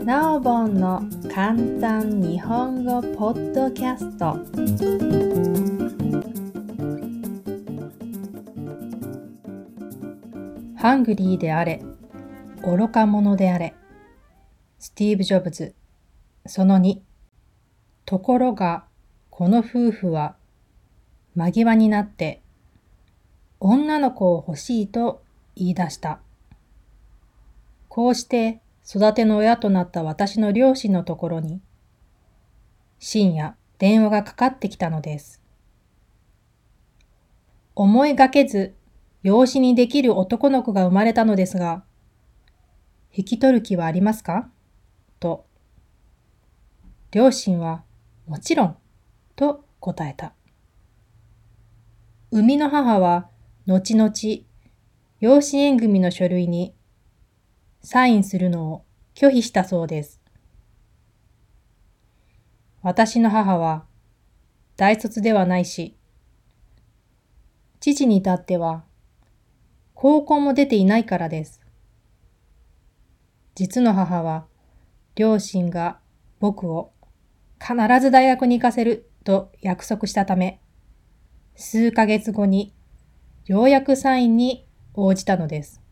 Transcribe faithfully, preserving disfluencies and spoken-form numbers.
なおぼんの簡単日本語ポッドキャスト。ハングリーであれ、愚か者であれ。スティーブ・ジョブズ。そのに。ところが、この夫婦は間際になって女の子を欲しいと言い出した。こうして育ての親となった私の両親のところに深夜電話がかかってきたのです。思いがけず養子にできる男の子が生まれたのですが、引き取る気はありますかと。両親はもちろんと答えた。生みの母は後々養子縁組の書類にサインするのを拒否したそうです。私の母は大卒ではないし、父に至っては高校も出ていないからです。実の母は両親が僕を必ず大学に行かせると約束したため、数ヶ月後にようやくサインに応じたのです。